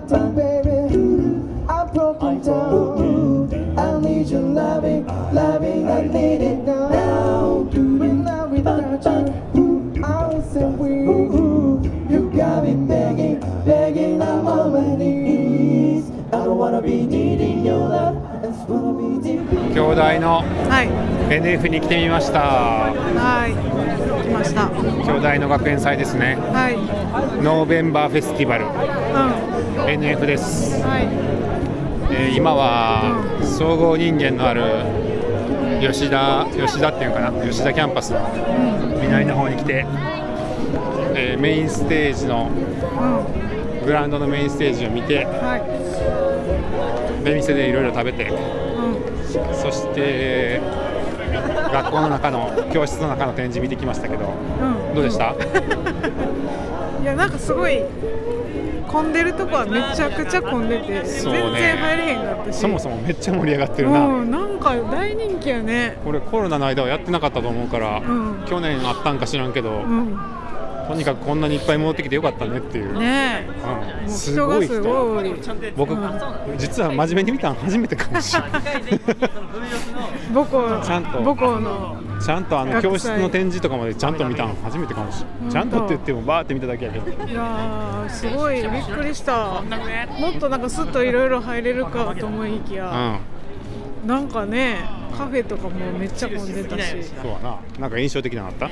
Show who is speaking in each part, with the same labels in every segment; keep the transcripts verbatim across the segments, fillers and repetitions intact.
Speaker 1: time, baby. I'm broken down. I need your loving, loving. I need it now. Now without you, I say we. You got me begging, begging. I'm on my knees. I don't wanna be needing your love. I just wanna be deep.
Speaker 2: 京大の
Speaker 3: はい
Speaker 2: エヌエフ に来てみました。
Speaker 3: はい来ました。
Speaker 2: 京大の学園祭ですね。
Speaker 3: はい
Speaker 2: ノーベンバーフェスティバル、
Speaker 3: うん
Speaker 2: エヌエフ です。
Speaker 3: はい
Speaker 2: えー今は総合人間のある吉田吉田っていうかな吉田キャンパスの南の方に来て、えーメインステージのグラウンドのメインステージを見て、
Speaker 3: はい
Speaker 2: 出店でいろいろ食べて、
Speaker 3: うん
Speaker 2: そして学校の中の教室の中の展示見てきましたけど、
Speaker 3: うん
Speaker 2: どうでした？
Speaker 3: いやなんかすごい混んでるとこはめちゃくちゃ混んでて、
Speaker 2: そうね
Speaker 3: 全然入れへんかったし、
Speaker 2: そもそもめっちゃ盛り上がってるな。
Speaker 3: うんなんか大人気やね。
Speaker 2: これコロナの間はやってなかったと思うから、
Speaker 3: うん
Speaker 2: 去年あったんか知らんけど、
Speaker 3: うん
Speaker 2: とにかくこんなにいっぱい戻ってきてよかったねっていう、
Speaker 3: ねえ、
Speaker 2: うん、
Speaker 3: もう
Speaker 2: す
Speaker 3: 人がす
Speaker 2: ごい人。
Speaker 3: ごい多い。
Speaker 2: 僕、
Speaker 3: うん
Speaker 2: 実は真面目に見たの初めてかもしれない
Speaker 3: 母校
Speaker 2: ちゃんと
Speaker 3: 母校の
Speaker 2: ちゃんとあの
Speaker 3: 学祭
Speaker 2: 教室の展示とかまでちゃんと見たの初めてかもしれない。ちゃんとって言ってもバーって見ただけやけど、
Speaker 3: いやーすごいびっくりした。もっとなんかスッといろいろ入れるかと思いきや、
Speaker 2: うん、
Speaker 3: なんかねカフェとかもめっちゃ混んでたし、
Speaker 2: そうやな。なんか印象的なのあった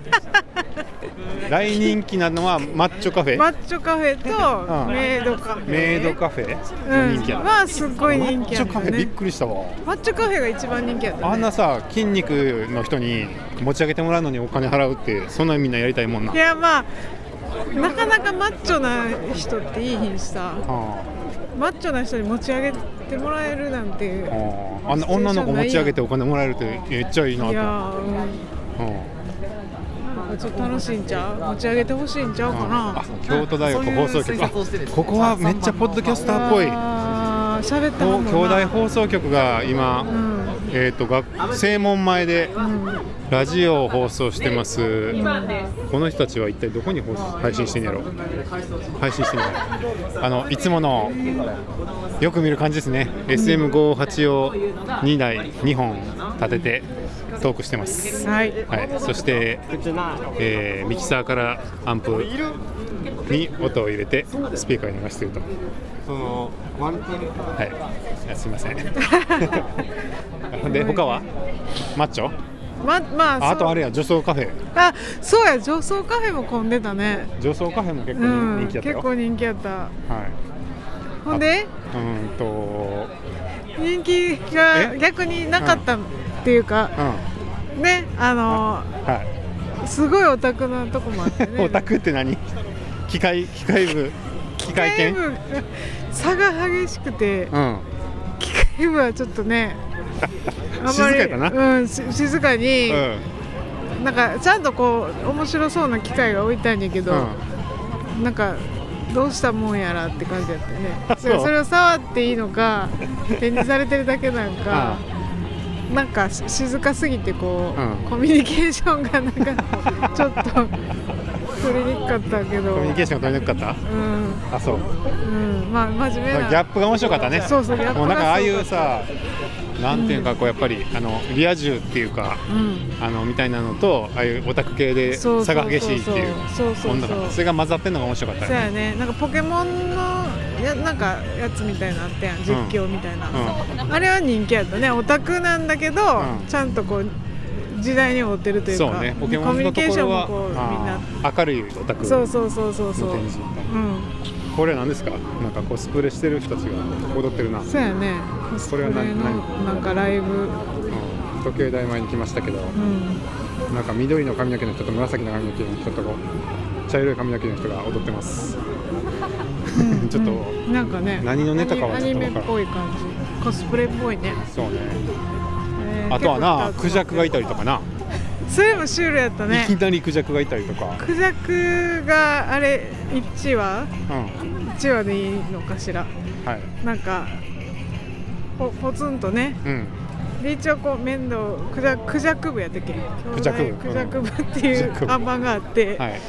Speaker 2: 大人気なのはマッチョカフェ、
Speaker 3: マッチョカフェと
Speaker 2: うん
Speaker 3: メイドカフェ、
Speaker 2: メイドカフェ
Speaker 3: うん
Speaker 2: の人気やった、
Speaker 3: まあすっごい人気やった
Speaker 2: マッチョカフェびっ
Speaker 3: ね。
Speaker 2: くりしたわ。
Speaker 3: マッチョカフェが一番人気やったね。
Speaker 2: あんなさ筋肉の人に持ち上げてもらうのにお金払うってそんなにみんなやりたいもんな。
Speaker 3: いやまあなかなかマッチョな人っていい品さ、
Speaker 2: あ
Speaker 3: マッチョな人に持ち上げてもらえるなんて、
Speaker 2: ああんな女の子持ち上げてお金もらえるってめっちゃいいなと
Speaker 3: いや
Speaker 2: 思う。
Speaker 3: ー、うん
Speaker 2: うん
Speaker 3: なんかちょっと楽しいんちゃう、持ち上げてほしいんちゃうかな。
Speaker 2: あ京都大学放送局、あここはめっちゃポッドキャスターっぽい。
Speaker 3: あー喋ったもんな。
Speaker 2: 京大放送局が今、
Speaker 3: うん
Speaker 2: えー、と学正門前でラジオを放送してます。この人たちは一体どこに放送配信してんやろ配信してんやろあのいつものよく見る感じですね。 エスエムごじゅうはち をにだいにほん立ててトークしてます。
Speaker 3: はい
Speaker 2: はい、そして、えーミキサーからアンプに音を入れてスピーカーに流していると。
Speaker 4: そのワンピン
Speaker 2: はい、いやすいませんで他はマッチョ、
Speaker 3: ままあ
Speaker 2: ああとあれや女装カフェ、
Speaker 3: あそうや女装カフェも混んでたね。
Speaker 2: 女装カフェも結構
Speaker 3: うん
Speaker 2: 人気だったよ、
Speaker 3: 結構人気やった。
Speaker 2: はい、
Speaker 3: ほんで
Speaker 2: うーんと
Speaker 3: 人気が
Speaker 2: え
Speaker 3: 逆になかったっていうか、
Speaker 2: うん
Speaker 3: ねあの
Speaker 2: は
Speaker 3: すごいオタクなとこもあって
Speaker 2: い、
Speaker 3: ね。
Speaker 2: オタクって何？機械機械部機械犬？
Speaker 3: 機械部が差が激しくて、
Speaker 2: うん
Speaker 3: 機械部はちょっとねあんまり
Speaker 2: 静かやったな
Speaker 3: うん、し静かに、
Speaker 2: うん
Speaker 3: なんかちゃんとこう面白そうな機械が置いたんやけど、
Speaker 2: うん
Speaker 3: なんかどうしたもんやらって感じだったね。
Speaker 2: あそう
Speaker 3: それを触っていいのか展示されてるだけなんか、なんかし静かすぎてこう、
Speaker 2: うん
Speaker 3: コミュニケーションがなんかちょっと取りにくかったけど、
Speaker 2: コミュニケーションが取りにくかった？
Speaker 3: うん
Speaker 2: あそう、
Speaker 3: うん、まあ真面目な
Speaker 2: ギャップが面白かったね。
Speaker 3: そうそうギャップが
Speaker 2: もうなんかああいう
Speaker 3: すご
Speaker 2: さ、なんていうかこうやっぱりあのリア充っていうか、
Speaker 3: うん
Speaker 2: あのみたいなのとああいうオタク系で
Speaker 3: そうそうそうそう
Speaker 2: 差が激しいっていう
Speaker 3: そうそうそう
Speaker 2: 温度感、それが混ざってんのが面白かった
Speaker 3: そう
Speaker 2: よね。
Speaker 3: やね、なんかポケモンのやなんかやつみたいなのあったやん、実況みたいな、あれは人気やったね。オタクなんだけど、
Speaker 2: うん
Speaker 3: ちゃんとこう時代に追ってるというか、
Speaker 2: そうね、ポケモ
Speaker 3: コミュ
Speaker 2: ンのとこ
Speaker 3: ニケーションも
Speaker 2: ろは
Speaker 3: こうみんな
Speaker 2: あー明るいオタクの
Speaker 3: そうそうそうそうそう、
Speaker 2: 展示みたいな。
Speaker 3: うん、
Speaker 2: これは何ですか？なんかコスプレしてる人たちが踊ってるな。
Speaker 3: そうやね、コスプレの
Speaker 2: これは何
Speaker 3: なんかライブ、
Speaker 2: うん時計台前に来ましたけど、
Speaker 3: うん、
Speaker 2: なんか緑の髪の毛の人と紫の髪の毛の人と茶色い髪の毛の人が踊ってます。ちょっと
Speaker 3: うんなんかね、
Speaker 2: 何のネタかは
Speaker 3: ア
Speaker 2: ちょっと分からん
Speaker 3: ニメっぽい感じ、コスプレっぽいね。
Speaker 2: そうね。
Speaker 3: えー
Speaker 2: あとはな、
Speaker 3: 結構
Speaker 2: クジャクがいたりとかな、
Speaker 3: それもシュールやったね
Speaker 2: いき。なりクジャクがいたりとか、
Speaker 3: クジャクがあれいちわ
Speaker 2: うん、
Speaker 3: いちわでいいのかしら。
Speaker 2: はい、
Speaker 3: なんかポポツンとね、
Speaker 2: うん、
Speaker 3: で一応こう面倒クジャクジャク部やったっけ、
Speaker 2: クジャク部
Speaker 3: クジャク部っていう
Speaker 2: クジャク部
Speaker 3: 看板があって、
Speaker 2: はい、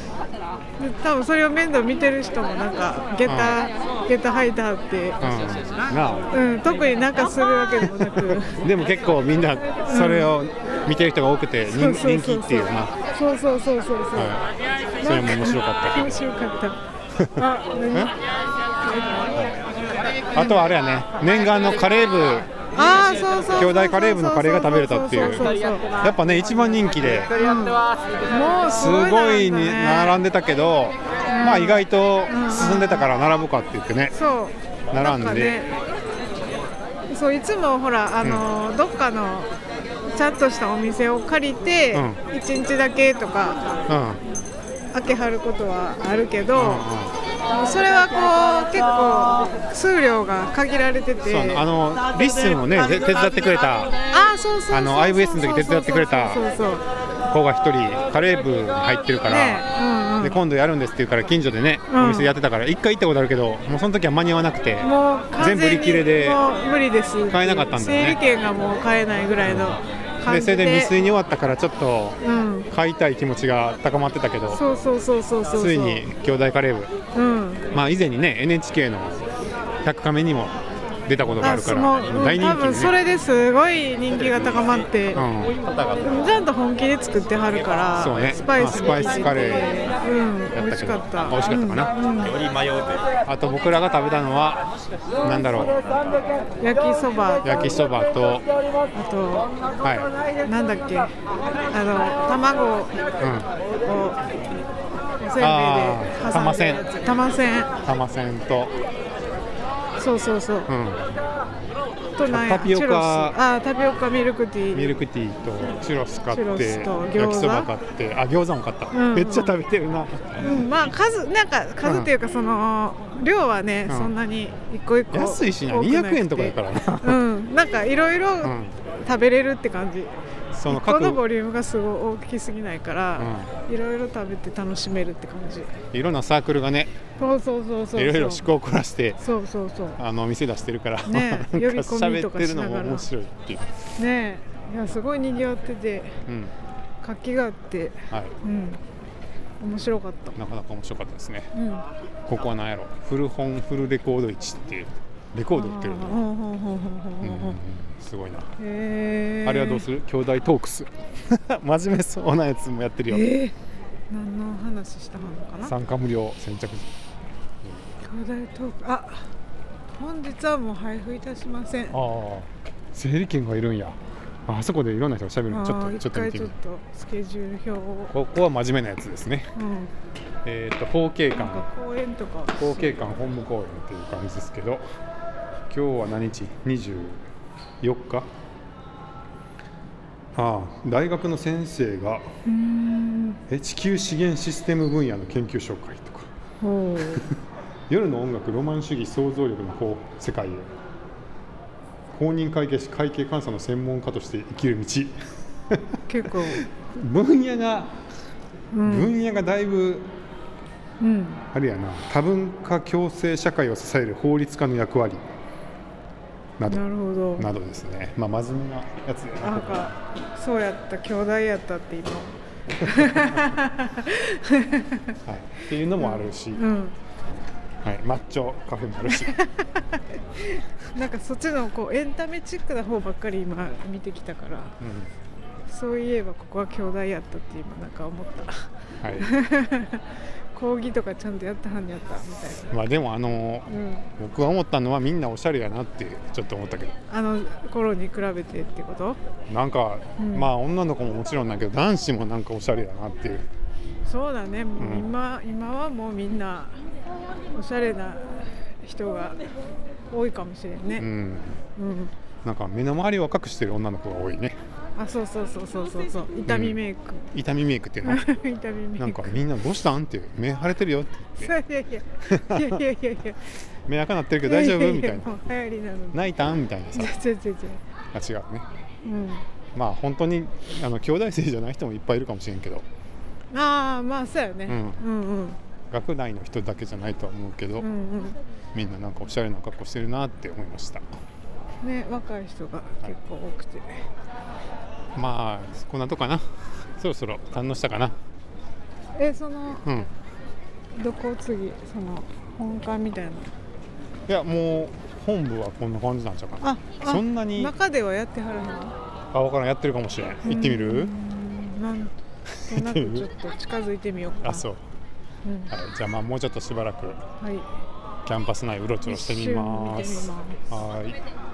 Speaker 3: で多分それを面倒見てる人もなんか下駄、下駄履いてはって、
Speaker 2: うんなあ
Speaker 3: うん、特になんかするわけでもなく
Speaker 2: でも結構みんなそれを見てる人が多くて人,、
Speaker 3: そうそうそうそう
Speaker 2: 人気っていうな、
Speaker 3: そうそうそうそうそう、
Speaker 2: はい、それも面白かったけど
Speaker 3: 面白かったあ、何
Speaker 2: あとはあれやね、念願のカレー部、
Speaker 3: あーそうそうそうそう
Speaker 2: 兄弟カレー部のカレーが食べれたっていう、
Speaker 3: そうそうそうそう
Speaker 2: やっぱね一番人気で、
Speaker 3: うん、もうす
Speaker 2: す
Speaker 3: ごい
Speaker 2: ごいに
Speaker 3: なんかね
Speaker 2: 並んでたけど、まあ意外と進んでたから並ぶかって言ってね、
Speaker 3: そう
Speaker 2: 並んで
Speaker 3: なんかね、そういつもほらあの、うん、どっかのちゃんとしたお店を借りていちにちだけとか、うん、開けはることはあるけど、うんうん、それはこう結構数量が限られてて、
Speaker 2: そうあのリッスンをね手伝ってくれた、
Speaker 3: あそうそうそうそう、
Speaker 2: あの アイブイエス の時手伝ってくれた子が一人カレー部に入ってるから、ねうんうん、で今度やるんですって言うから近所でね、うん、お店やってたから一回行ったことあるけど、もうその時は間に合わなくて、
Speaker 3: もう
Speaker 2: 全部売り切れで
Speaker 3: 無理です
Speaker 2: 買えなかったんだよね。
Speaker 3: 整理券がもう買えないぐらいの感
Speaker 2: で
Speaker 3: じで、
Speaker 2: それで未遂に終わったからちょっと買いたい気持ちが高まってたけど、
Speaker 3: そうそうそうそうそう、
Speaker 2: ついに兄弟カレー部、うん、まあ以前にね エヌエイチケー のひゃくカメにも出たことがあるから大人気、ね、
Speaker 3: 多分それですごい人気が高まって、うん、ちゃんと本気で作ってはるから、
Speaker 2: そう、ね、
Speaker 3: スパイス
Speaker 2: スパイスカレー、
Speaker 3: うん、美味しかった。
Speaker 2: 美味しかったかな、うんうん、あと僕らが食べたのはなんだろう、
Speaker 3: 焼きそば
Speaker 2: 焼きそばと、
Speaker 3: あと、はい、なんだっけ、あの卵を、うん、おせんべいで挟んでるやつ、玉せん
Speaker 2: 玉せんと、
Speaker 3: そうそうそう、うん、となんや
Speaker 2: タピオカ、
Speaker 3: あタピオカミルクティー
Speaker 2: ミルクティーとチュロス買って
Speaker 3: 焼
Speaker 2: きそば買って、あ餃子も買った、うんうん、めっちゃ食べてるな、
Speaker 3: うん、まあ数なんか数っていうかその、うん、量はね、うん、そんなに一個一個
Speaker 2: 安いしな、にひゃくえんとかだからな、
Speaker 3: うんなんかいろいろ食べれるって感じ、
Speaker 2: その
Speaker 3: 各このボリュームがすごい大きすぎないからいろいろ食べて楽しめるって感じ。
Speaker 2: いろんなサークルがね、
Speaker 3: そうそうそうそう、
Speaker 2: いろいろ趣向を凝らして
Speaker 3: そうそうそう、
Speaker 2: あのお店出してるから
Speaker 3: ね、呼び込みとかしながら
Speaker 2: 喋ってるのも面白いっていう
Speaker 3: ね、いやすごい賑わってて、うん、活気があって、はい、うん、面白かった。
Speaker 2: なかなか面白かったですね、うん、ここは何やろ、古本フルレコード市っていうレコード売ってるの、すごいな。
Speaker 3: へー、
Speaker 2: あれはどうする？兄弟トークス真面目そうなやつもやってるよ。
Speaker 3: えー、何の話したのかな。
Speaker 2: 参加無料先着、
Speaker 3: 兄弟トーク、あ、本日はもう配布いたしません。あ
Speaker 2: あ、整理券がいるんや。あそこでいろんな人がしゃべるの、ちょっとちょっと見てみる。
Speaker 3: ちょっとスケジュール表を。
Speaker 2: ここは真面目なやつですね、うん、えっと法慶館、
Speaker 3: 公園とか
Speaker 2: 法慶館本部公園っていう感じですけど、今日は何日？にじゅうよっか。ああ、大学の先生がうーんえ地球資源システム分野の研究紹介とか夜の音楽、ロマン主義、想像力のこう世界へ、公認会計士、会計監査の専門家として生きる道
Speaker 3: 結構
Speaker 2: 分野が、うん、分野がだいぶ、
Speaker 3: うん、
Speaker 2: あれやな、多文化共生社会を支える法律家の役割など、
Speaker 3: なるほど
Speaker 2: などですね。まあ真面目なやつ、ね、
Speaker 3: なんかそうやった、兄弟やったって今
Speaker 2: はい、っていうのもあるし、うんうん、はい、マッチョカフェもあるし
Speaker 3: なんかそっちのこうエンタメチックな方ばっかり今見てきたから、うん、そういえばここは兄弟やったって今なんか思った、はい講義とかちゃんとやったはんやったみたいな。
Speaker 2: まあでもあの、うん、僕が思ったのはみんなおしゃれやなってちょっと思ったけど、
Speaker 3: あの頃に比べてってこと？
Speaker 2: なんか、うん、まあ女の子ももちろんだけど男子もなんかおしゃれやなっていう。
Speaker 3: そうだね、もう今、うん、今はもうみんなおしゃれな人が多いかもしれんね、うんうん、
Speaker 2: なんか目の周りを赤くしてる女の子が多いね。
Speaker 3: あ、そうそうそうそうそうそう、痛みメイク、
Speaker 2: うん、痛みメイクっていうの
Speaker 3: 痛みメイク、
Speaker 2: なんかみんなどうしたんっていう、目腫れてるよって言って、いやいやいやいやいやいや目赤なってるけど大丈夫みたいな、
Speaker 3: もう流行りなのに
Speaker 2: 泣いたんみたいなさ、
Speaker 3: 違う違う違う、
Speaker 2: あ、違うね、うん、まあ本当にあの兄弟生じゃない人もいっぱいいるかもしれんけど、
Speaker 3: ああ、まあそうやね、うんうんうん、
Speaker 2: 学内の人だけじゃないとは思うけど、うんうん、みんななんかおしゃれな格好してるなって思いました
Speaker 3: ね。若い人が結構多くて、はい、
Speaker 2: まあこんなとこかな。そろそろ堪能したかな。
Speaker 3: え、その、うん、 どこ次その本館みたいな。
Speaker 2: いやもう本部はこんな感じなんちゃうかな。
Speaker 3: ああ
Speaker 2: そんなに
Speaker 3: 中ではやってはらへんの。
Speaker 2: あ分からんやってるかもしれん。行ってみる？
Speaker 3: うんなんとなくちょっと近づいてみようかな。
Speaker 2: あそう、
Speaker 3: うん
Speaker 2: はい、じゃあまあもうちょっとしばらく
Speaker 3: はい
Speaker 2: キャンパス内うろちょろしてみま
Speaker 3: 一周
Speaker 2: す。
Speaker 3: 見てみます
Speaker 2: はい。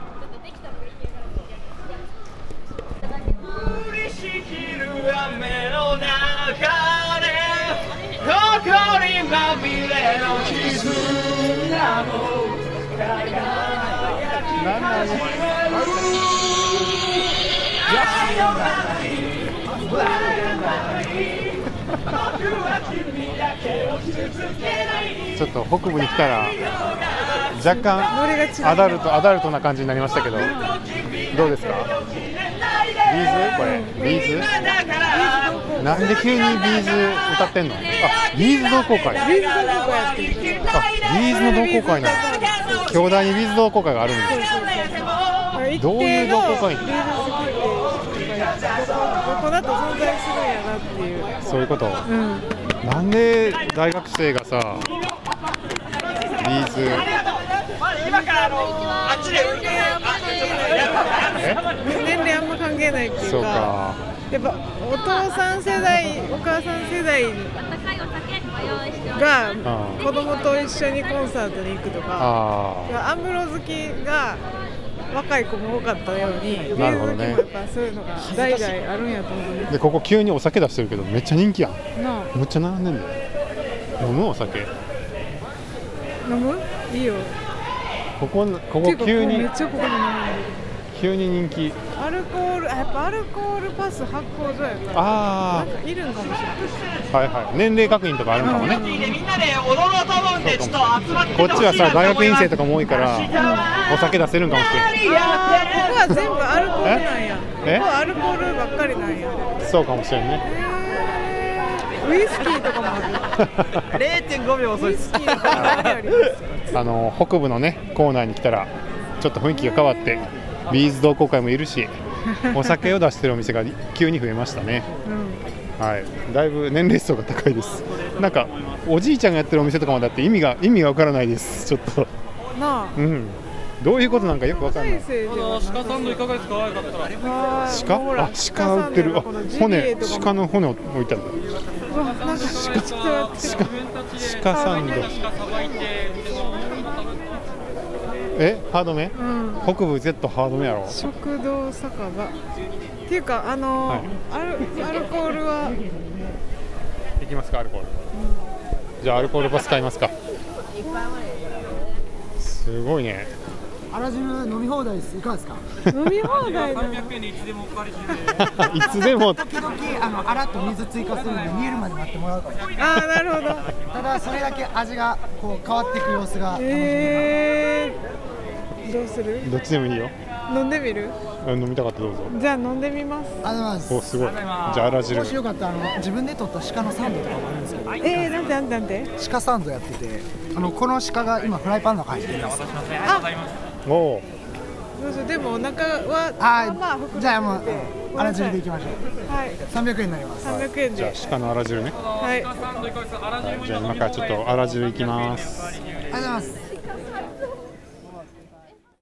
Speaker 5: 降りしきる雨の中でここにまみれの絆も輝き始
Speaker 2: ちょっと北部に来たら若干
Speaker 3: ノリが違う
Speaker 2: アダルトアダルトな感じになりましたけど、どうですか？ビーズこれビーズなんで急にビーズ歌ってんの？あビーズ同好会。
Speaker 3: ビーズ同好会やってる。
Speaker 2: あビーズの同好会なんです。兄弟にビーズ同好会があるんです。どういう同好会？
Speaker 3: ビーズ好きってどこだと存在するんやなっていう。
Speaker 2: そういうこと。
Speaker 3: うん
Speaker 2: なんで大学生がさビーズ
Speaker 5: 今からあのあっちで
Speaker 3: 年齢あんま関係ないっていうか、
Speaker 2: そうか
Speaker 3: やっぱお父さん世代お母さん世代が子供と一緒にコンサートに行くとか、
Speaker 2: あ
Speaker 3: アンブロ好きが若い子も多かったように、ビ
Speaker 2: なるほどね
Speaker 3: ーズ好きもやっぱそういうのが代々あるんやと思うん
Speaker 2: あ
Speaker 3: です。
Speaker 2: でここ急にお酒出してるけどめっちゃ人気やん。
Speaker 3: なあ
Speaker 2: めっちゃ並んでんだよ。飲むお酒
Speaker 3: 飲む？いいよ。
Speaker 2: ここここ
Speaker 3: ていうか
Speaker 2: 急に
Speaker 3: めっちゃここに飲む。
Speaker 2: 急に人気。
Speaker 3: アルコール、やっぱアルコールパス発行所やから
Speaker 2: あ
Speaker 3: なんかいるんかもしれない。
Speaker 2: あはいはい年齢確認とかあるんかもね。
Speaker 5: みんなで踊ろうと思うんでちょっと集まって
Speaker 2: こっちはさ大学院生とかも多いからお酒出せるんかもしれん。
Speaker 3: あーここは全部アルコールなんや。
Speaker 2: え
Speaker 3: ここはアルコールばっかりなんや。
Speaker 2: そうかもしれんね。
Speaker 3: へーウイスキーとかもある。
Speaker 5: れいてんごびょう遅いです
Speaker 3: ウイスキーとかもあります。
Speaker 2: あの北部のねコーナーに来たらちょっと雰囲気が変わってビーズ同好会もいるしお酒を出してるお店が急に増えましたね。
Speaker 3: うん
Speaker 2: はい、だいぶ年齢層が高いです。なんかおじいちゃんがやってるお店とかもだって意味が意味がわからないです。ちょっと
Speaker 3: なあ。
Speaker 2: うんどういうことなんかよくわかんない。
Speaker 3: 先生ではなさそう
Speaker 5: 鹿サンドいかがですか？よかったら
Speaker 3: はい
Speaker 2: 鹿
Speaker 3: ほら
Speaker 2: あ鹿売ってる。あ
Speaker 3: 鹿さんではこのジビエ
Speaker 2: 骨
Speaker 3: とかも
Speaker 2: 鹿の骨を置いてある。
Speaker 3: うわなんかちょっと待って
Speaker 2: 鹿サンドえハードめ
Speaker 3: うん
Speaker 2: 北部 Z ハードめやろ。
Speaker 3: 食堂酒場っていうかあの、
Speaker 2: はい
Speaker 3: アルアルコールは。
Speaker 2: いきますかアルコール、じゃあアルコールパス買いますか。すごいね。
Speaker 1: あら汁飲み放題です。いかがですか？
Speaker 3: 飲み放題なの。
Speaker 5: いつでもお借りして
Speaker 2: いつでも
Speaker 1: 時々あの洗と水追加するんで煮えるまで待ってもらうから。
Speaker 3: ああなるほど。
Speaker 1: ただそれだけ味がこう変わっていく様子が楽しめる。
Speaker 3: えー、どうする？
Speaker 2: どっちでもいいよ。
Speaker 3: 飲んでみる？
Speaker 2: あ飲みたかったらどうぞ。
Speaker 3: じゃあ飲んでみます。
Speaker 1: ありがとうございます。
Speaker 2: おすごい。じゃああら汁
Speaker 1: もしよかったらあの自分で取った鹿のサンドとかもあるんですけど、
Speaker 3: えー、なんてなんてなんて？
Speaker 1: 鹿サンドやってて、あのこの鹿が今フライパンの中に入ってるんです。
Speaker 2: おお
Speaker 3: どうしようでもお腹は
Speaker 1: あ
Speaker 3: まあまあ膨らんでて
Speaker 1: じゃあもううんあら汁でいきましょう。
Speaker 3: はい
Speaker 1: さんびゃくえんになります。
Speaker 3: さんびゃくえんで。
Speaker 2: じゃあ鹿のあら汁ね。
Speaker 3: はい。
Speaker 2: じゃあ今からちょっとあら汁いきます。
Speaker 1: ありがとうございます。